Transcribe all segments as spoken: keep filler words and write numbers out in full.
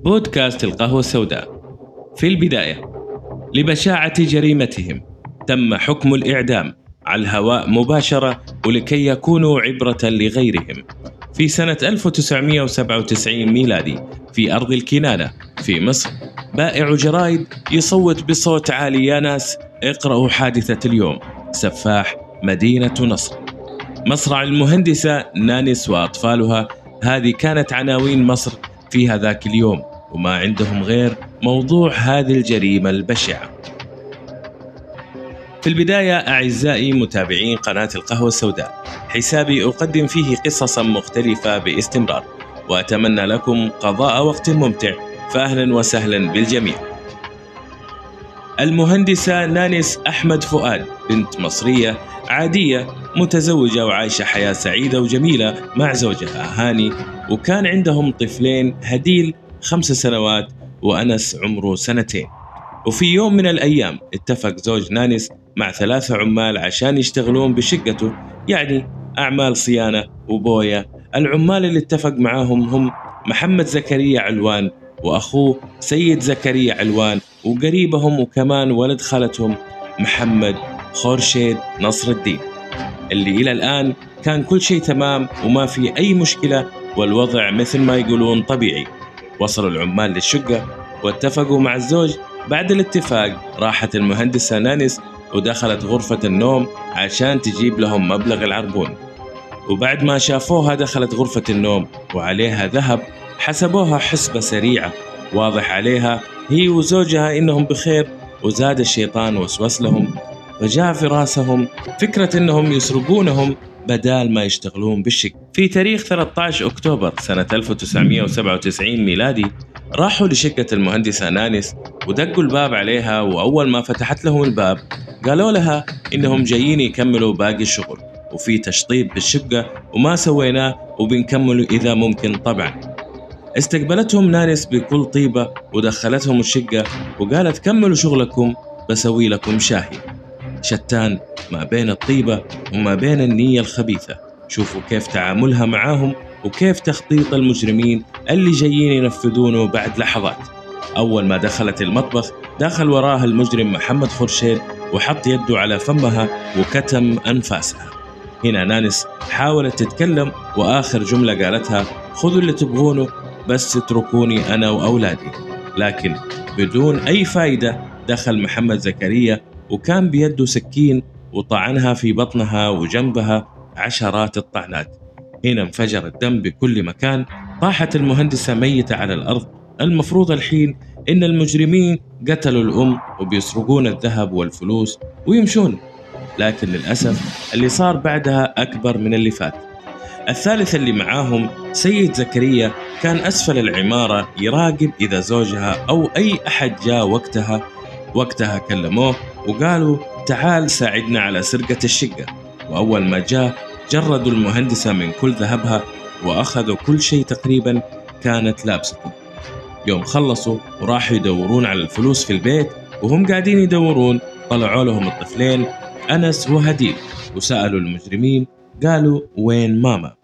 بودكاست القهوة السوداء. في البداية، لبشاعة جريمتهم تم حكم الإعدام على الهواء مباشرة ولكي يكونوا عبرة لغيرهم. في سنة ألف وتسعمائة وسبعة وتسعين ميلادي في أرض الكنانة في مصر، بائع جرايد يصوت بصوت عالي: يا ناس اقرأوا حادثة اليوم، سفاح مدينة نصر، مصرع المهندسة نانيس وأطفالها. هذه كانت عناوين مصر في هذاك اليوم، وما عندهم غير موضوع هذه الجريمة البشعة. في البداية أعزائي متابعين قناة القهوة السوداء، حسابي أقدم فيه قصصا مختلفة باستمرار، وأتمنى لكم قضاء وقت ممتع، فأهلا وسهلا بالجميع. المهندسة نانيس أحمد فؤاد بنت مصرية عادية متزوجة وعايشة حياة سعيدة وجميلة مع زوجها هاني، وكان عندهم طفلين، هديل خمس سنوات وأنس عمره سنتين. وفي يوم من الأيام اتفق زوج نانيس مع ثلاثة عمال عشان يشتغلون بشقته، يعني أعمال صيانة وبوية. العمال اللي اتفق معاهم هم محمد زكريا علوان وأخوه سيد زكريا علوان، وقريبهم وكمان ولد خالتهم محمد خورشيد نصر الدين، اللي إلى الآن كان كل شيء تمام وما في أي مشكلة، والوضع مثل ما يقولون طبيعي. وصلوا العمال للشقة واتفقوا مع الزوج. بعد الاتفاق راحت المهندسة نانيس ودخلت غرفة النوم عشان تجيب لهم مبلغ العربون، وبعد ما شافوها دخلت غرفة النوم وعليها ذهب. حسبوها حسبة سريعة، واضح عليها هي وزوجها إنهم بخير، وزاد الشيطان وسوس لهم، فجاء في راسهم فكرة إنهم يسرقونهم بدال ما يشتغلون بالشق. في تاريخ ثلاثة عشر أكتوبر سنة ألف وتسعمائة وسبعة وتسعين ميلادي، راحوا لشقة المهندسة نانيس ودقوا الباب عليها، وأول ما فتحت لهم الباب قالوا لها إنهم جايين يكملوا باقي الشغل، وفي تشطيب بالشقة وما سويناه وبنكمله إذا ممكن طبعا. استقبلتهم نانيس بكل طيبة ودخلتهم الشقة وقالت: كملوا شغلكم، بسوي لكم شاهي. شتان ما بين الطيبة وما بين النية الخبيثة. شوفوا كيف تعاملها معاهم وكيف تخطيط المجرمين اللي جايين ينفذونه بعد لحظات. أول ما دخلت المطبخ دخل وراها المجرم محمد خورشيد وحط يده على فمها وكتم أنفاسها. هنا نانيس حاولت تتكلم، وآخر جملة قالتها: خذوا اللي تبغونه بس اتركوني أنا وأولادي. لكن بدون أي فايدة دخل محمد زكريا وكان بيده سكين وطعنها في بطنها وجنبها عشرات الطعنات. هنا انفجر الدم بكل مكان، طاحت المهندسة ميتة على الأرض. المفروض الحين إن المجرمين قتلوا الأم وبيسرقون الذهب والفلوس ويمشون، لكن للأسف اللي صار بعدها أكبر من اللي فات. الثالث اللي معاهم سيد زكريا كان أسفل العمارة يراقب إذا زوجها أو أي أحد جاء وقتها. وقتها كلموه وقالوا: تعال ساعدنا على سرقة الشقة. وأول ما جاء جردوا المهندسة من كل ذهبها وأخذوا كل شيء تقريبا كانت لابسته. يوم خلصوا وراحوا يدورون على الفلوس في البيت، وهم قاعدين يدورون طلعوا لهم الطفلين أنس وهديل، وسألوا المجرمين قالوا: وين ماما؟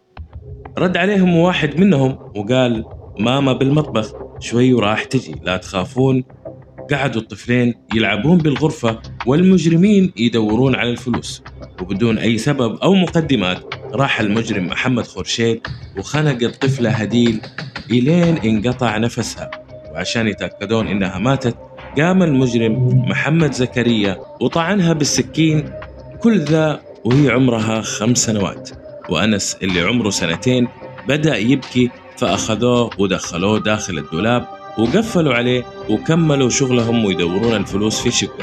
رد عليهم واحد منهم وقال: ماما بالمطبخ، شوي وراح تجي، لا تخافون. قعدوا الطفلين يلعبون بالغرفة والمجرمين يدورون على الفلوس، وبدون أي سبب أو مقدمات راح المجرم محمد خورشيد وخنق الطفلة هديل إلين انقطع نفسها. وعشان يتأكدون إنها ماتت قام المجرم محمد زكريا وطعنها بالسكين، كل ذا وهي عمرها خمس سنوات. وأنس اللي عمره سنتين بدأ يبكي، فأخذوه ودخلوه داخل الدولاب وقفلوا عليه وكملوا شغلهم ويدورون الفلوس في شقة.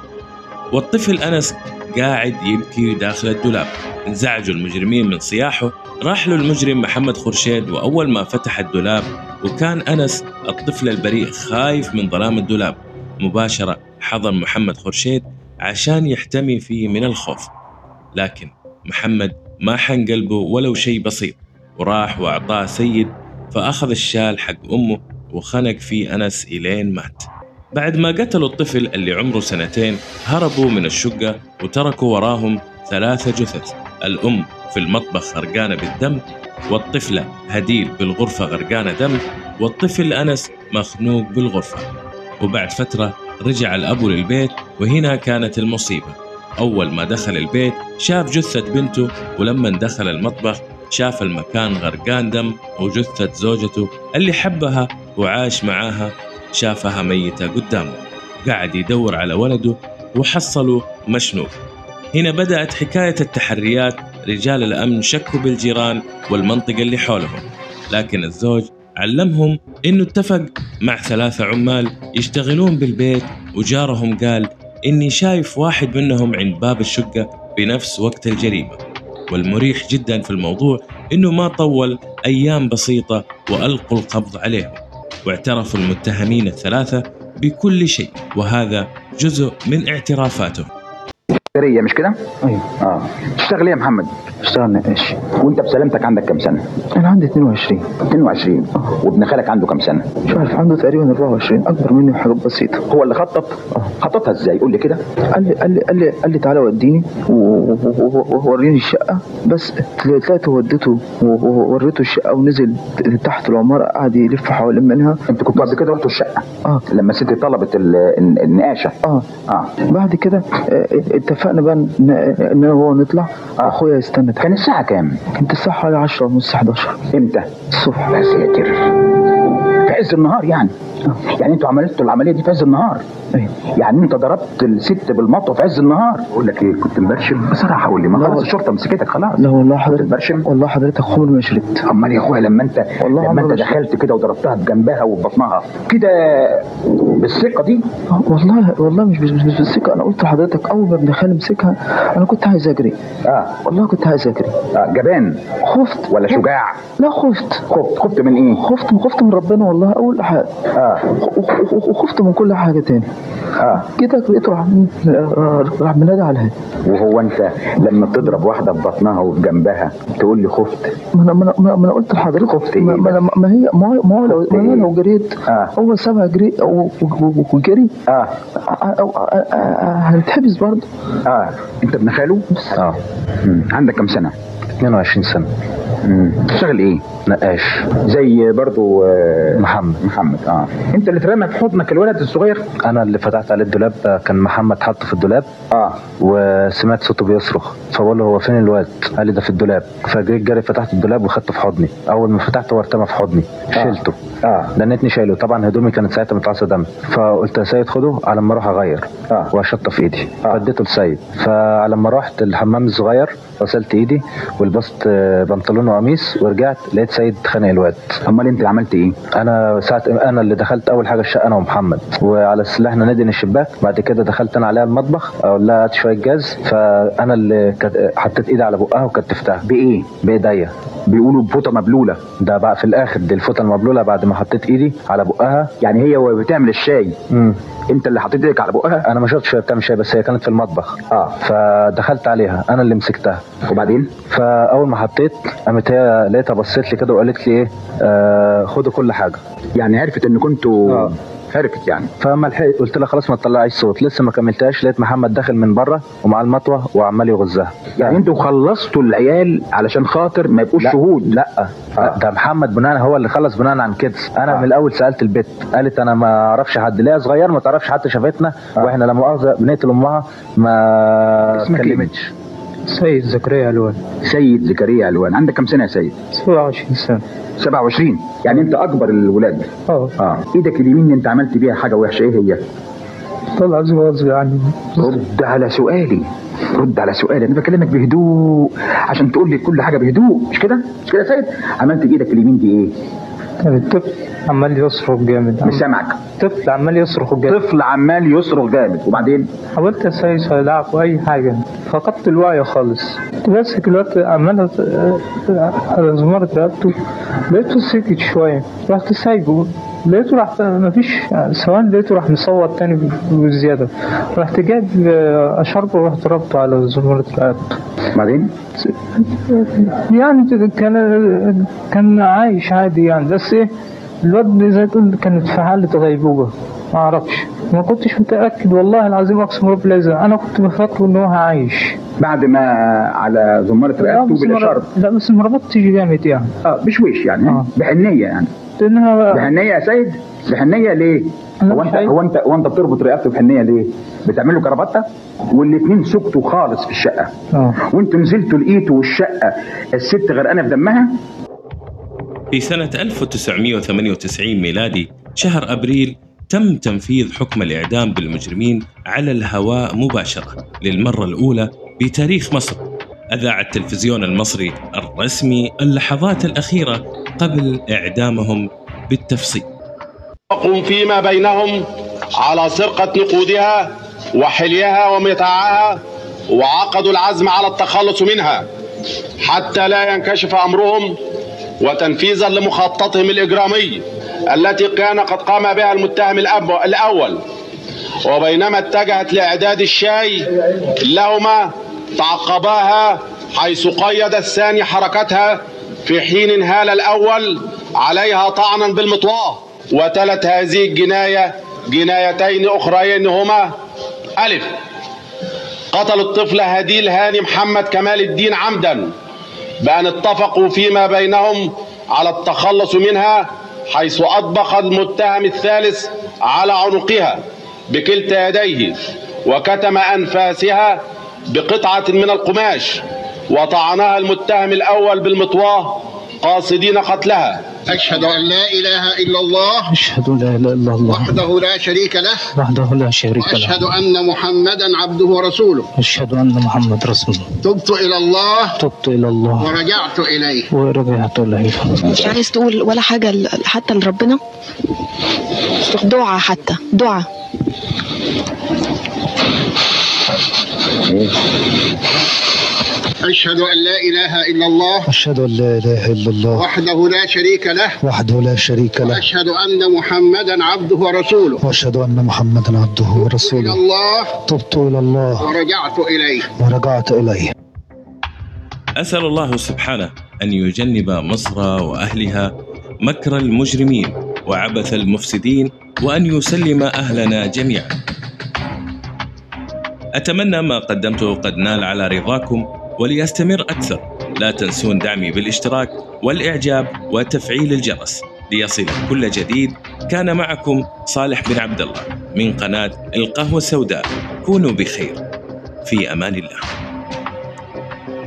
والطفل أنس قاعد يبكي داخل الدولاب. انزعجوا المجرمين من صياحه، راح له المجرم محمد خورشيد، وأول ما فتح الدولاب وكان أنس الطفل البريء خايف من ظلام الدولاب، مباشرة حضن محمد خورشيد عشان يحتمي فيه من الخوف. لكن محمد ما حن قلبه ولو شيء بسيط، وراح وأعطاه سيد، فأخذ الشال حق أمه وخنق فيه أنس إلين مات. بعد ما قتلوا الطفل اللي عمره سنتين هربوا من الشقة وتركوا وراهم ثلاثة جثث: الأم في المطبخ غرقانة بالدم، والطفلة هديل بالغرفة غرقانة دم، والطفل أنس مخنوق بالغرفة. وبعد فترة رجع الأب للبيت، وهنا كانت المصيبة. أول ما دخل البيت شاف جثة بنته، ولما دخل المطبخ شاف المكان غرقان دم، وجثة زوجته اللي حبها وعاش معاها شافها ميتة قدامه. قاعد يدور على ولده وحصله مشنوق. هنا بدأت حكاية التحريات. رجال الأمن شكوا بالجيران والمنطقة اللي حولهم، لكن الزوج علمهم إنه اتفق مع ثلاثة عمال يشتغلون بالبيت، وجارهم قال إني شايف واحد منهم عند باب الشقة بنفس وقت الجريمة. والمريح جدا في الموضوع إنه ما طول أيام بسيطة وألقوا القبض عليهم، واعترفوا المتهمين الثلاثة بكل شيء، وهذا جزء من اعترافاتهم. سرية مش كده؟ ايوه. اه تشتغل ايه يا محمد؟ اشتغل نقاش. وانت بسلامتك عندك كام سنة؟ انا عندي اتنين وعشرين. اتنين وعشرين. اه وابن خالك عنده كام سنة؟ مش عارف، عنده تقريبا اربعة وعشرين، اكبر مني بحاجات بسيطة. هو اللي خطط؟ اه. خططها ازاي؟ قول لي كده. قال لي قال لي قال لي قال لي تعالى وديني ووريني الشقة، بس طلعت وديته ووريته الشقة ونزل تحت العمارة قعد يلف حوالين منها. انت كنت قبل كده رحتوا الشقة؟ اه. لما الست طلبت النقاشة؟ اه. اه. بعد كده اتفقنا بقى ان انا وهو نطلع. آه. اخويا يستنى. كان الساعة كام؟ كانت الساعة حوالي عشرة ونص حداشر. امتى؟ الصبح. يا ساتر، في عز النهار يعني. آه. يعني انتوا عملتوا العملية دي في عز النهار؟ ايوه. يعني انت ضربت الست بالمطوة في عز النهار؟ اقول لك ايه، كنت مبرشم بصراحة. قول لي، ما خلاص الشرطة مسكتك خلاص. لا والله حضرتك برشم. والله حضرتك عمري ما شربت. امال يا اخويا لما انت والله لما انت دخلت كده وضربتها بجنبها وببطنها كده بالثقة دي؟ والله والله مش مش بالثقة. انا قلت لحضرتك اول ما ابن خالي مسكها انا كنت عايز اجري. اه والله كنت عايز اجري. اه جبان؟ خفت. ولا شجاع؟ لا خفت. خفت خفت من ايه؟ خفت خفت من ربنا والله اول حاجة. اه. وخفت من كل حاجة تاني. اه كده لقيته راح راح منادي عليها. وهو انت لما بتضرب واحده في بطنها وفي جنبها تقول لي خفت؟ ما انا ما انا, ما أنا قلت لحضرتك خفت ايه؟ ما, ما, ما هي ما ما هو لو, ما لو جريت. آه. هو سابها جري وجري. اه هنتحبس برضه. اه انت ابن خاله؟ اه. عندك كم سنه؟ اتنين وعشرين سنة. امم تشتغل ايه؟ نقاش. زي برضو آه محمد. محمد اه. انت اللي اترمى في حضنك الولد الصغير؟ انا اللي فتحت عليه الدولاب. كان محمد حطه في الدولاب. اه. وسمعت صوته بيصرخ، فبقول له هو فين الواد؟ قال لي ده في الدولاب. فجريت جري فتحت الدولاب وخدته في حضني. اول ما فتحته هو ارتمى في حضني. آه. شلته. اه. دنيتني شايله. طبعا هدومي كانت ساعتها متعصى دم، فقلت يا سيد خده على ما اروح اغير. اه. واشطف ايدي. آه. فاديته لسيد. فلما رحت الحمام الصغير غسلت ايدي ولبست بنطلون وقميص ورجعت لقيت سيد خانق الواد. امال انت عملت ايه؟ انا ساعه انا اللي دخلت اول حاجه الشقه انا ومحمد، وعلى السلاح احنا ندهن الشباك. بعد كده دخلت انا عليها المطبخ اقول لها هات شويه جاز، فانا اللي حطيت ايدي على بقها وكتفتها. بايه؟ بايديا. بيقولوا بفوطه مبلوله. ده بقى في الاخر دي الفوطه المبلوله بعد ما حطيت ايدي على بقها. يعني هي وهي بتعمل الشاي امم انت اللي حطيت ايدك على بقها؟ انا ما شفتش وهي بتعمل شاي، بس هي كانت في المطبخ. اه. فدخلت عليها انا اللي مسكتها. وبعدين؟ فاول ما حطيت قامت هي لقيتها بصيت لي كده وقالت لي ايه آه خدوا كل حاجه. يعني عرفت ان كنتوا اه عرفت يعني. فما لحقت قلت لها خلاص ما تطلعيش صوت. لسه ما كملتهاش لقيت محمد داخل من بره ومعاه المطوه وعمال يغزها. يعني انتوا خلصتوا العيال علشان خاطر ما يبقوش شهود؟ لا آه. ده محمد بناء هو اللي خلص بناء عن كده. انا آه. من الاول سالت البت قالت انا ما اعرفش حد، ليها صغير ما تعرفش حتى شافتنا. آه. واحنا لما مؤاخذه بنقتل امها ما اتكلمتش. سيد زكريا علوان. سيد زكريا علوان. عندك كم سنه يا سيد؟ سبعة وعشرين سنة. سبعة وعشرين. يعني انت اكبر الولاد؟ اه. اه. ايدك اليمين انت عملت بيها حاجه وحشه، ايه هي؟ طلع غصب عني. رد على سؤالي، رد على سؤالي. انا بكلمك بهدوء عشان تقول لي كل حاجه بهدوء، مش كده؟ مش كده يا سيد؟ عملت بايدك اليمين دي ايه؟ كان الطفل عمال يصرخ جامد. مش سامعك. طفل عمال يصرخ جامد. طفل عمال يصرخ جامد. وبعدين؟ حاولت اسيس العب اي حاجه، فقدت الوعي خالص. كنت ماسك الوقت عمال على زمارة رقبته، لقيته سكت شويه رحت سايبه. لقيته راح مفيش ثواني لقيته راح مصوت تاني بزياده. رحت جايب اشربه ورحت ربطه على زمارة رقبته. بعدين؟ يعني كان كان عايش عادي يعني، بس ايه الواد زي تقول كانت في حالة غيبوبة ما اعرفش، ما كنتش متأكد والله العظيم اقسم رب العزة. انا كنت بفكر ان هو عايش بعد ما على زمارة رقبته بالاشارة. لا بس ما ربطتش جامد يعني. اه بشويش يعني. آه. بحنية يعني. لأنها بحنيه يا سيد؟ بحنيه ليه؟ أنا هو مش انت عايز. هو انت هو انت بتربط رقبته بحنيه ليه؟ بتعمل له كرافته؟ والاثنين سكتوا خالص في الشقه. اه وانتوا نزلتوا لقيتوا الشقه الست غرقانه في دمها. في سنة ألف وتسعمئة وثمانية وتسعين ميلادي شهر أبريل تم تنفيذ حكم الإعدام بالمجرمين على الهواء مباشرة للمرة الأولى بتاريخ مصر. أذاع التلفزيون المصري الرسمي اللحظات الأخيرة قبل إعدامهم بالتفصيل. اتفقوا فيما بينهم على سرقة نقودها وحليها ومتاعها، وعقدوا العزم على التخلص منها حتى لا ينكشف أمرهم، وتنفيذا لمخططهم الإجرامي التي كان قد قام بها المتهم الأول. وبينما اتجهت لإعداد الشاي لهما تعقباها، حيث قيد الثاني حركتها في حين انهال الأول عليها طعنا بالمطواه. وتلت هذه الجناية جنايتين أخريين هما: ألف، قتل الطفل هديل هاني محمد كمال الدين عمدا بأن اتفقوا فيما بينهم على التخلص منها، حيث أطبق المتهم الثالث على عنقها بكلتا يديه وكتم أنفاسها بقطعة من القماش، وطعنها المتهم الأول بالمطواه قاصدين قتلها. أشهد أن لا إله إلا الله أشهد لا إله إلا الله وحده لا شريك له وحده لا شريك له وأشهد أن محمدا عبده ورسوله. أشهد أن محمد رسول الله. تبت إلى الله تبت إلى الله ورجعت إليه. ورجعت إليه. مش عايز تقول ولا حاجة ل- حتى لربنا؟ دعاء، حتى دعاء. أشهد أن لا إله إلا الله أشهد أن لا إله إلا الله وحده لا شريك له وحده لا شريك له وأشهد أن محمدا عبده ورسوله. وأشهد أن محمدا عبده إلى ورسوله. الله تبت إلى الله ورجعت إليه. ورجعت إليه. أسأل الله سبحانه أن يجنب مصر وأهلها مكر المجرمين وعبث المفسدين، وأن يسلم أهلنا جميعا. أتمنى ما قدمته قد نال على رضاكم، وليستمر أكثر لا تنسون دعمي بالاشتراك والإعجاب وتفعيل الجرس ليصل كل جديد. كان معكم صالح بن عبد الله من قناة القهوة السوداء. كونوا بخير، في أمان الله.